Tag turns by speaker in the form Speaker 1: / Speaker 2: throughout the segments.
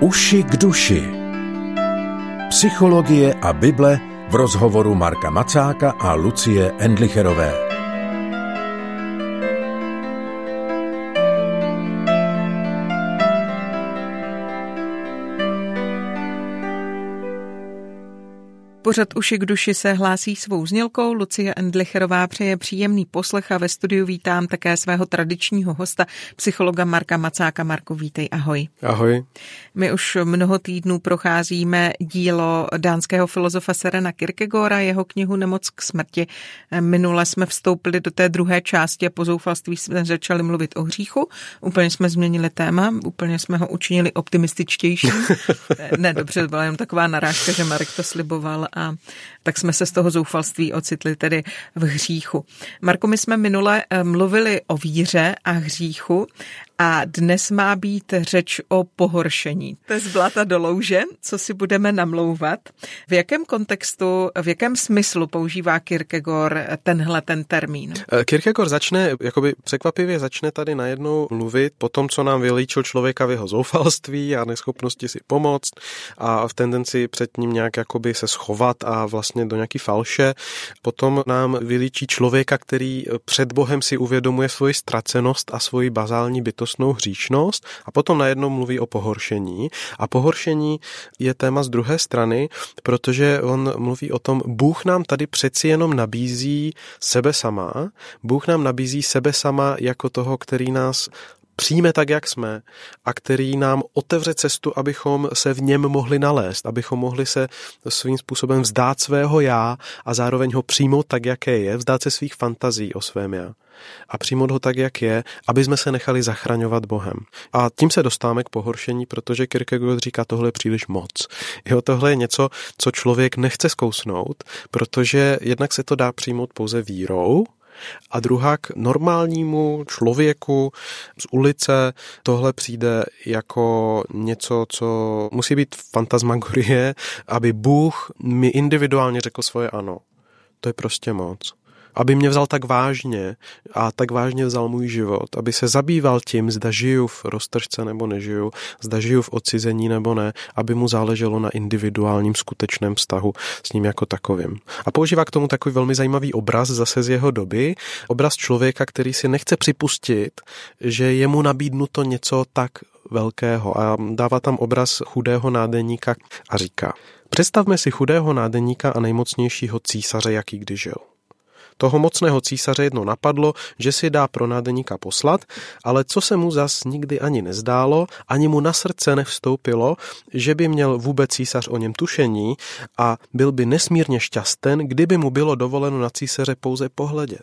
Speaker 1: Uši k duši. Psychologie a Bible v rozhovoru Marka Macáka a Lucie Endlicherové.
Speaker 2: Pořad Uši k duši se hlásí svou znělkou. Lucie Endlicherová přeje příjemný poslech a ve studiu vítám také svého tradičního hosta, psychologa Marka Macáka. Marku, vítej, ahoj.
Speaker 3: Ahoj.
Speaker 2: My už mnoho týdnů procházíme dílo dánského filozofa Sørena Kierkegaarda, jeho knihu Nemoc k smrti. Minule jsme vstoupili do té druhé části a po zoufalství jsme začali mluvit o hříchu. Úplně jsme změnili téma, úplně jsme ho učinili optimističtější. Ne, dobře, to byla jen taková narážka, že Marek to sliboval. A tak jsme se z toho zoufalství ocitli tedy v hříchu. Marko, my jsme minule mluvili o víře a hříchu a dnes má být řeč o pohoršení. To je z blata do louže, co si budeme namlouvat. V jakém kontextu, v jakém smyslu používá Kierkegaard ten termín?
Speaker 3: Kierkegaard překvapivě začne tady najednou mluvit po tom, co nám vylíčil člověka v jeho zoufalství a neschopnosti si pomoct a v tendenci před ním nějak jakoby se schovat a vlastně do nějaký falše. Potom nám vylíčí člověka, který před Bohem si uvědomuje svoji ztracenost a svoji bazální bytostnou hříšnost a potom najednou mluví o pohoršení. A pohoršení je téma z druhé strany, protože on mluví o tom, Bůh nám tady přeci jenom nabízí sebe sama. Bůh nám nabízí sebe sama jako toho, který nás přijme tak, jak jsme a který nám otevře cestu, abychom se v něm mohli nalézt, abychom mohli se svým způsobem vzdát svého já a zároveň ho přijmout tak, jaké je, vzdát se svých fantazí o svém já a přijmout ho tak, jak je, aby jsme se nechali zachraňovat Bohem. A tím se dostáváme k pohoršení, protože Kierkegaard říká, tohle je příliš moc. Tohle je něco, co člověk nechce zkousnout, protože jednak se to dá přijmout pouze vírou, a druhá k normálnímu člověku z ulice tohle přijde jako něco, co musí být fantasmagorie, aby Bůh mi individuálně řekl svoje ano. To je prostě moc. Aby mě vzal tak vážně a tak vážně vzal můj život, aby se zabýval tím, zda žiju v roztržce nebo nežiju, zda žiju v odcizení nebo ne, aby mu záleželo na individuálním skutečném vztahu s ním jako takovým. A používá k tomu takový velmi zajímavý obraz zase z jeho doby, obraz člověka, který si nechce připustit, že je mu nabídnuto něco tak velkého a dává tam obraz chudého nádeníka a říká: představme si chudého nádeníka a nejmocnějšího císaře, jaký kdy žil. Toho mocného císaře jedno napadlo, že si dá pro nádeníka poslat, ale co se mu zas nikdy ani nezdálo, ani mu na srdce nevstoupilo, že by měl vůbec císař o něm tušení a byl by nesmírně šťasten, kdyby mu bylo dovoleno na císaře pouze pohledět.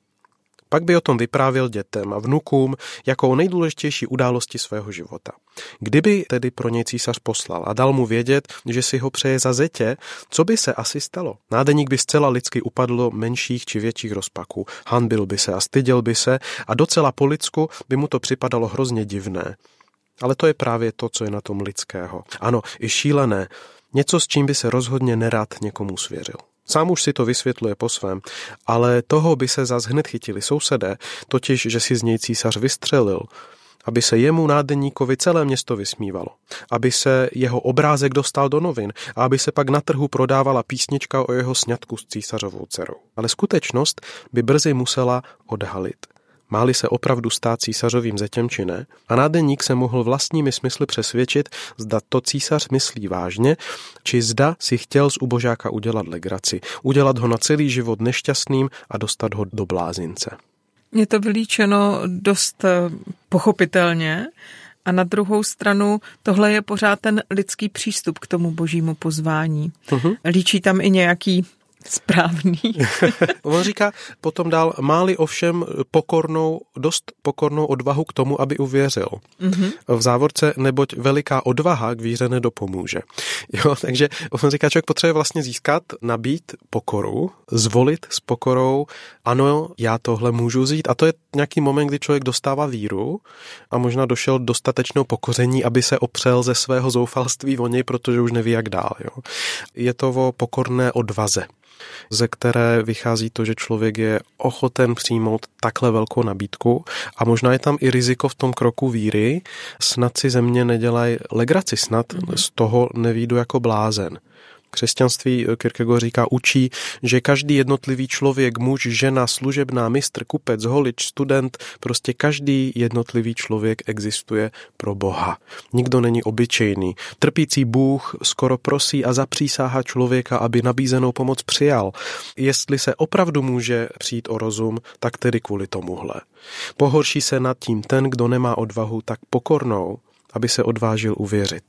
Speaker 3: Pak by o tom vyprávěl dětem a vnukům jako o nejdůležitější události svého života. Kdyby tedy pro něj císař poslal a dal mu vědět, že si ho přeje za zetě, co by se asi stalo? Nádeník by zcela lidsky upadl do menších či větších rozpaků, hanbil by se a styděl by se a docela po lidsku by mu to připadalo hrozně divné. Ale to je právě to, co je na tom lidského. Ano, i šílené, něco, s čím by se rozhodně nerad někomu svěřil. Sám už si to vysvětluje po svém, ale toho by se zas hned chytili sousedé, totiž, že si z něj císař vystřelil, aby se jemu nádeníkovi celé město vysmívalo, aby se jeho obrázek dostal do novin a aby se pak na trhu prodávala písnička o jeho sňatku s císařovou dcerou. Ale skutečnost by brzy musela odhalit. Máli se opravdu stát císařovým zetěm či ne, a nádeník se mohl vlastními smysly přesvědčit, zda to císař myslí vážně, či zda si chtěl z ubožáka udělat legraci, udělat ho na celý život nešťastným a dostat ho do blázince.
Speaker 2: Je to vylíčeno dost pochopitelně a na druhou stranu tohle je pořád ten lidský přístup k tomu božímu pozvání. Líčí tam i nějaký správný.
Speaker 3: On říká potom dál, máli ovšem dost pokornou odvahu k tomu, aby uvěřil. V závorce, neboť veliká odvaha k víře nedopomůže. Takže on říká, člověk potřebuje vlastně získat, nabít pokoru, zvolit s pokorou, ano, já tohle můžu vzít. A to je nějaký moment, kdy člověk dostává víru a možná došel dostatečného pokoření, aby se opřel ze svého zoufalství o něj, protože už neví, jak dál. Je to o pokorné odvaze. ze které vychází to, že člověk je ochoten přijmout takhle velkou nabídku a možná je tam i riziko v tom kroku víry, snad si ze mě nedělají legraci, snad z toho nevyjdu jako blázen. Křesťanství, Kierkegaard říká, učí, že každý jednotlivý člověk, muž, žena, služebná, mistr, kupec, holič, student, prostě každý jednotlivý člověk existuje pro Boha. Nikdo není obyčejný. Trpící Bůh skoro prosí a zapřísáhá člověka, aby nabízenou pomoc přijal. Jestli se opravdu může přijít o rozum, tak tedy kvůli tomuhle. Pohorší se nad tím ten, kdo nemá odvahu tak pokornou, aby se odvážil uvěřit.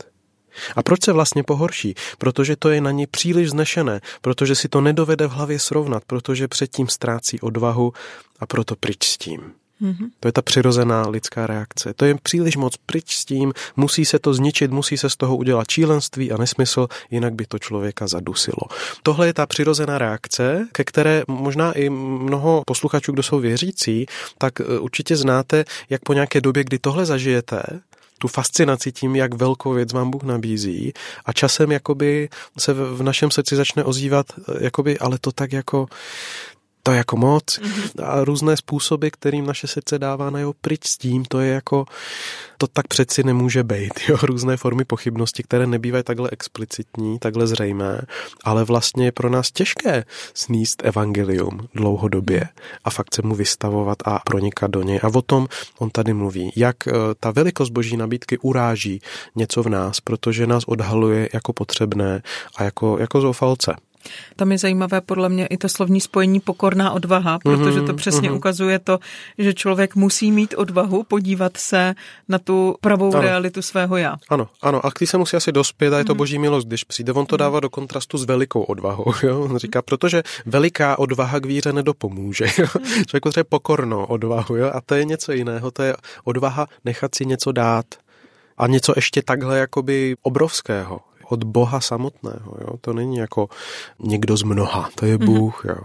Speaker 3: A proč se vlastně pohorší? Protože to je na ní příliš vznešené, protože si to nedovede v hlavě srovnat, protože předtím ztrácí odvahu a proto pryč s tím. To je ta přirozená lidská reakce. To je příliš moc pryč s tím, musí se to zničit, musí se z toho udělat šílenství a nesmysl, jinak by to člověka zadusilo. Tohle je ta přirozená reakce, ke které možná i mnoho posluchačů, kdo jsou věřící, tak určitě znáte, jak po nějaké době, kdy tohle zažijete, tu fascinaci tím, jak velkou věc vám Bůh nabízí a časem jakoby se v našem srdci začne ozývat, jakoby, ale to tak jako to je jako moc a různé způsoby, kterým naše srdce dává najevo pryč s tím, to je jako, to tak přeci nemůže být, jo? Různé formy pochybnosti, které nebývají takhle explicitní, takhle zřejmé, ale vlastně je pro nás těžké sníst evangelium dlouhodobě a fakt se mu vystavovat a pronikat do něj. A o tom on tady mluví, jak ta velikost boží nabídky uráží něco v nás, protože nás odhaluje jako potřebné a jako zoufalce.
Speaker 2: Tam je zajímavé podle mě i to slovní spojení pokorná odvaha, protože to přesně ukazuje to, že člověk musí mít odvahu podívat se na tu pravou realitu svého já.
Speaker 3: Ano, a když se musí asi dospět a je to boží milost, když přijde, on to dává do kontrastu s velikou odvahou. Jo? On říká, protože veliká odvaha k víře nedopomůže. Jo? Člověk potřebuje pokornou odvahu, jo? A to je něco jiného, to je odvaha nechat si něco dát a něco ještě takhle jakoby obrovského. Od Boha samotného, jo? To není jako někdo z mnoha, to je Bůh, jo.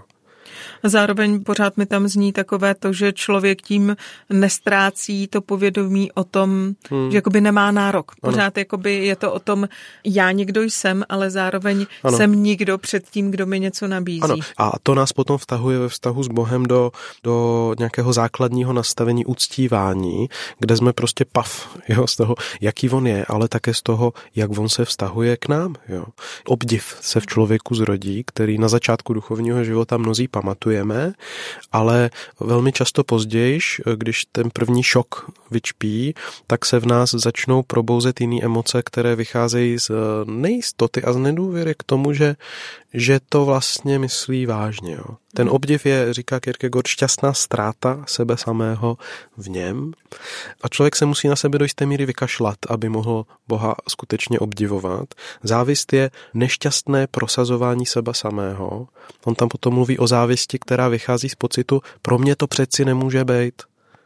Speaker 2: Zároveň pořád mi tam zní takové to, že člověk tím nestrácí to povědomí o tom, že jakoby nemá nárok. Pořád jakoby je to o tom, já někdo jsem, ale zároveň jsem nikdo před tím, kdo mi něco nabízí.
Speaker 3: Ano. A to nás potom vtahuje ve vztahu s Bohem do nějakého základního nastavení uctívání, kde jsme prostě jo, z toho, jaký on je, ale také z toho, jak on se vztahuje k nám. Jo. Obdiv se v člověku zrodí, který na začátku duchovního života mnozí pamatujeme, ale velmi často později, když ten první šok vyčpí, tak se v nás začnou probouzet jiné emoce, které vycházejí z nejistoty a z nedůvěry k tomu, že to vlastně myslí vážně. Jo. Ten obdiv je, říká Kierkegaard, šťastná ztráta sebe samého v něm a člověk se musí na sebe do jisté míry vykašlat, aby mohl Boha skutečně obdivovat. Závist je nešťastné prosazování sebe samého. On tam potom mluví o závisti, která vychází z pocitu, pro mě to přeci nemůže být.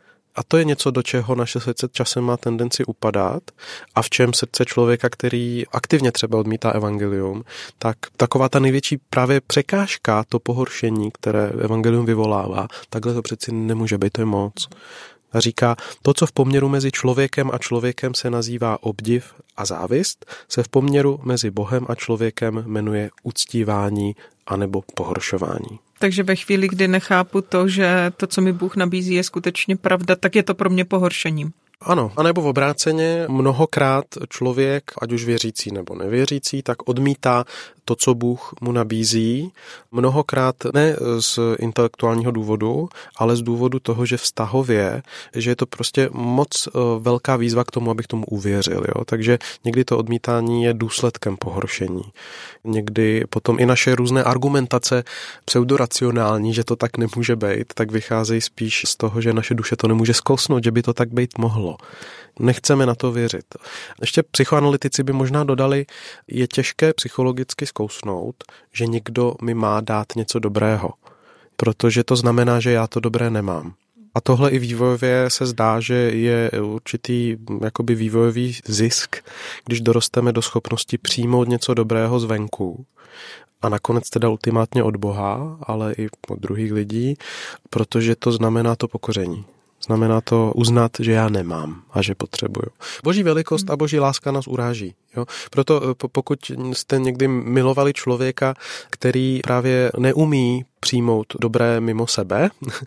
Speaker 3: A to je něco, do čeho naše srdce časem má tendenci upadat a v čem srdce člověka, který aktivně třeba odmítá evangelium, tak taková ta největší právě překážka, to pohoršení, které evangelium vyvolává, takhle to přeci nemůže být, to je moc. A říká, to, co v poměru mezi člověkem a člověkem se nazývá obdiv a závist, se v poměru mezi Bohem a člověkem jmenuje uctívání anebo pohoršování.
Speaker 2: Takže ve chvíli, kdy nechápu to, že to, co mi Bůh nabízí, je skutečně pravda, tak je to pro mě pohoršením.
Speaker 3: Ano, anebo v obráceně mnohokrát člověk, ať už věřící nebo nevěřící, tak odmítá to, co Bůh mu nabízí, mnohokrát ne z intelektuálního důvodu, ale z důvodu toho, že vztahově, že je to prostě moc velká výzva k tomu, abych tomu uvěřil. Jo? Takže někdy to odmítání je důsledkem pohoršení. Někdy potom i naše různé argumentace pseudoracionální, že to tak nemůže být, tak vycházejí spíš z toho, že naše duše to nemůže zkousnout, že by to tak být mohlo. Nechceme na to věřit. Ještě psychoanalytici by možná dodali, je těžké psychologicky zkousnout, že někdo mi má dát něco dobrého, protože to znamená, že já to dobré nemám. A tohle i vývojově se zdá, že je určitý jakoby vývojový zisk, když dorosteme do schopnosti přijmout něco dobrého zvenku a nakonec teda ultimátně od Boha, ale i od druhých lidí, protože to znamená to pokoření. Znamená to uznat, že já nemám a že potřebuju. Boží velikost a boží láska nás uráží. Jo? Proto pokud jste někdy milovali člověka, který právě neumí přijmout dobré mimo sebe,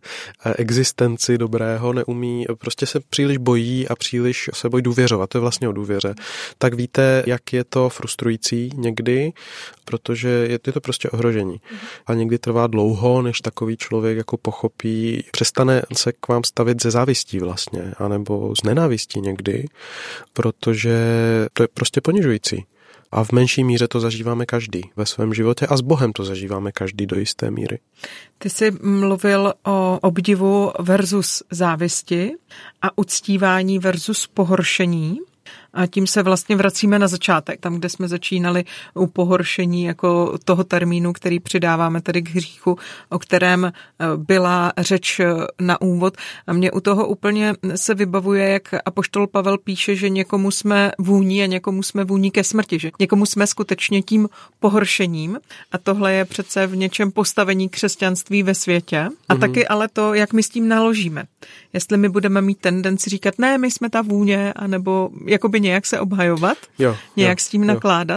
Speaker 3: existenci dobrého neumí, prostě se příliš bojí a příliš se bojí důvěřovat, to je vlastně o důvěře, tak víte, jak je to frustrující někdy, protože je to prostě ohrožení. A někdy trvá dlouho, než takový člověk jako pochopí, přestane se k vám stavit ze závistí vlastně, anebo z nenávistí někdy, protože to je prostě ponižující. A v menší míře to zažíváme každý ve svém životě a s Bohem to zažíváme každý do jisté míry.
Speaker 2: Ty jsi mluvil o obdivu versus závisti a uctívání versus pohoršení. A tím se vlastně vracíme na začátek, tam, kde jsme začínali u pohoršení jako toho termínu, který přidáváme tedy k hříchu, o kterém byla řeč na úvod. A mě u toho úplně se vybavuje, jak apoštol Pavel píše, že někomu jsme vůní a někomu jsme vůní ke smrti, že někomu jsme skutečně tím pohoršením. A tohle je přece v něčem postavení křesťanství ve světě. A taky ale to, jak my s tím naložíme. Jestli my budeme mít tendenci říkat, ne, my jsme ta vůně, anebo jakoby nějak se obhajovat, nějak s tím nakládat.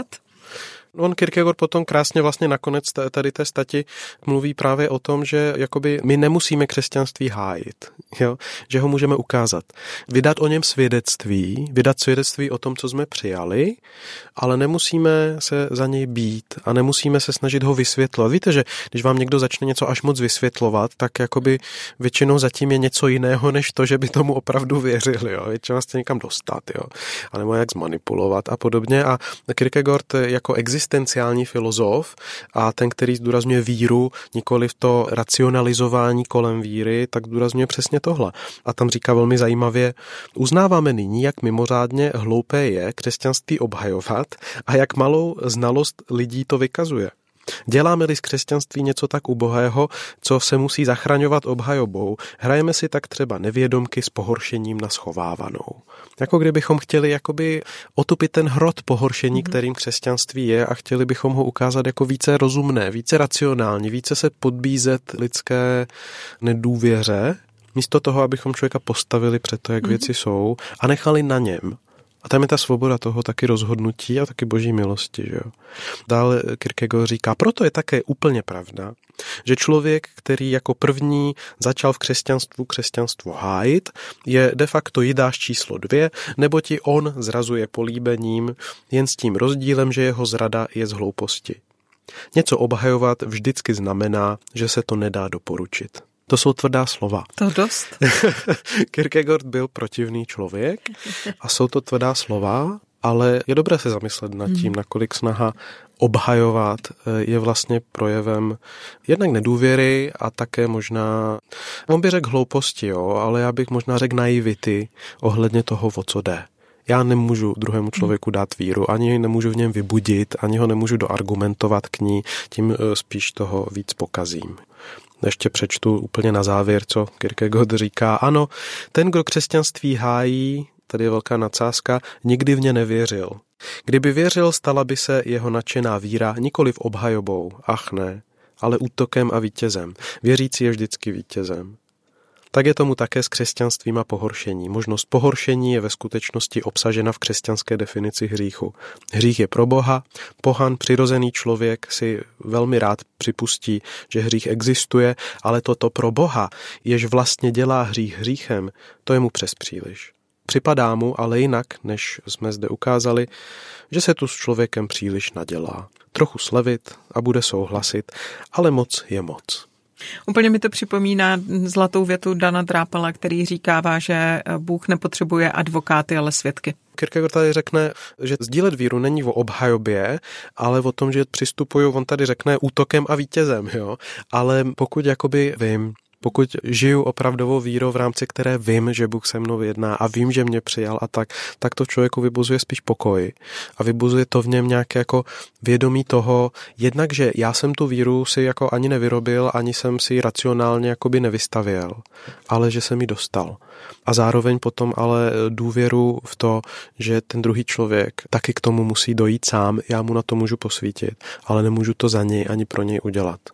Speaker 3: On Kierkegaard potom krásně vlastně nakonec tady té stati mluví právě o tom, že jakoby my nemusíme křesťanství hájit, jo? Že ho můžeme ukázat. Vydat o něm svědectví, vydat svědectví o tom, co jsme přijali, ale nemusíme se za něj být a nemusíme se snažit ho vysvětlovat. Víte, že když vám někdo začne něco až moc vysvětlovat, tak jakoby většinou zatím je něco jiného, než to, že by tomu opravdu věřili, jo? Většinou se někam dostat, jo? A nebo jak zmanipulovat a podobně. A Kierkegaard jako existenciální filozof a ten, který zdůrazňuje víru, nikoli v to racionalizování kolem víry, tak zdůrazňuje přesně tohle. A tam říká velmi zajímavě, uznáváme nyní, jak mimořádně hloupé je křesťanství obhajovat a jak malou znalost lidí to vykazuje. Děláme-li z křesťanství něco tak ubohého, co se musí zachraňovat obhajobou, hrajeme si tak třeba nevědomky s pohoršením na schovávanou. Jako kdybychom chtěli jakoby otupit ten hrot pohoršení, kterým křesťanství je a chtěli bychom ho ukázat jako více rozumné, více racionální, více se podbízet lidské nedůvěře, místo toho, abychom člověka postavili před to, jak věci jsou a nechali na něm. A tam je ta svoboda toho taky rozhodnutí a taky boží milosti. Že jo? Dále Kierkegaard říká, proto je také úplně pravda, že člověk, který jako první začal v křesťanstvu hájit, je de facto Jidáš číslo 2, neboť i on zrazuje políbením, jen s tím rozdílem, že jeho zrada je z hlouposti. Něco obhajovat vždycky znamená, že se to nedá doporučit. To jsou tvrdá slova.
Speaker 2: To dost.
Speaker 3: Kierkegaard byl protivný člověk a jsou to tvrdá slova, ale je dobré se zamyslet nad tím, nakolik snaha obhajovat je vlastně projevem jednak nedůvěry a také možná, on by řekl hlouposti, jo, ale já bych možná řekl naivity ohledně toho, o co jde. Já nemůžu druhému člověku dát víru, ani nemůžu v něm vybudit, ani ho nemůžu doargumentovat k ní, tím spíš toho víc pokazím. Ještě přečtu úplně na závěr, co Kierkegaard říká. Ano, ten, kdo křesťanství hájí, tady je velká nadsázka, nikdy v ně nevěřil. Kdyby věřil, stala by se jeho nadšená víra nikoliv obhajobou, ach ne, ale útokem a vítězem. Věřící je vždycky vítězem. Tak je tomu také s křesťanstvím a pohoršení. Možnost pohoršení je ve skutečnosti obsažena v křesťanské definici hříchu. Hřích je pro Boha, pohan, přirozený člověk si velmi rád připustí, že hřích existuje, ale toto pro Boha, jež vlastně dělá hřích hříchem, to je mu přes příliš. Připadá mu ale jinak, než jsme zde ukázali, že se tu s člověkem příliš nadělá. Trochu slevit a bude souhlasit, ale moc je moc.
Speaker 2: Úplně mi to připomíná zlatou větu Dana Drápela, který říkává, že Bůh nepotřebuje advokáty, ale svědky.
Speaker 3: Kierkegaard tady řekne, že sdílet víru není o obhajobě, ale o tom, že přistupuju, on tady řekne útokem a vítězem, jo. Ale pokud jakoby vím, pokud žiju opravdovou vírou, v rámci které vím, že Bůh se mnou jedná a vím, že mě přijal a tak to člověku vybuzuje spíš pokoj a vybuzuje to v něm nějaké jako vědomí toho, jednak, že já jsem tu víru si jako ani nevyrobil, ani jsem si ji racionálně jakoby nevystavěl, ale že jsem ji dostal. A zároveň potom ale důvěru v to, že ten druhý člověk taky k tomu musí dojít sám, já mu na to můžu posvítit, ale nemůžu to za něj ani pro něj udělat.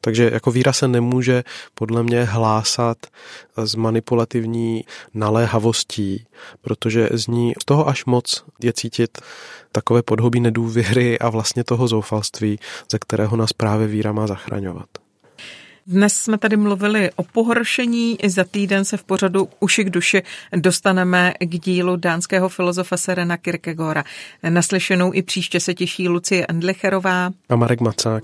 Speaker 3: Takže jako víra se nemůže podle mě hlásat s manipulativní naléhavostí, protože z ní z toho až moc je cítit takové podhobí nedůvěry a vlastně toho zoufalství, ze kterého nás právě víra má zachraňovat.
Speaker 2: Dnes jsme tady mluvili o pohoršení, za týden se v pořadu Uši k duši dostaneme k dílu dánského filozofa Sørena Kierkegaarda. Naslyšenou i příště se těší Lucie Endlicherová
Speaker 3: a Marek Macák.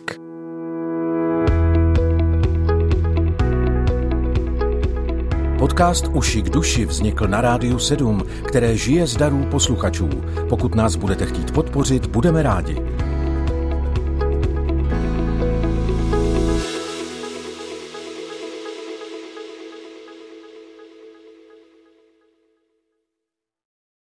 Speaker 1: Podcast Uši k duši vznikl na Rádiu 7, které žije z darů posluchačů. Pokud nás budete chtít podpořit, budeme rádi.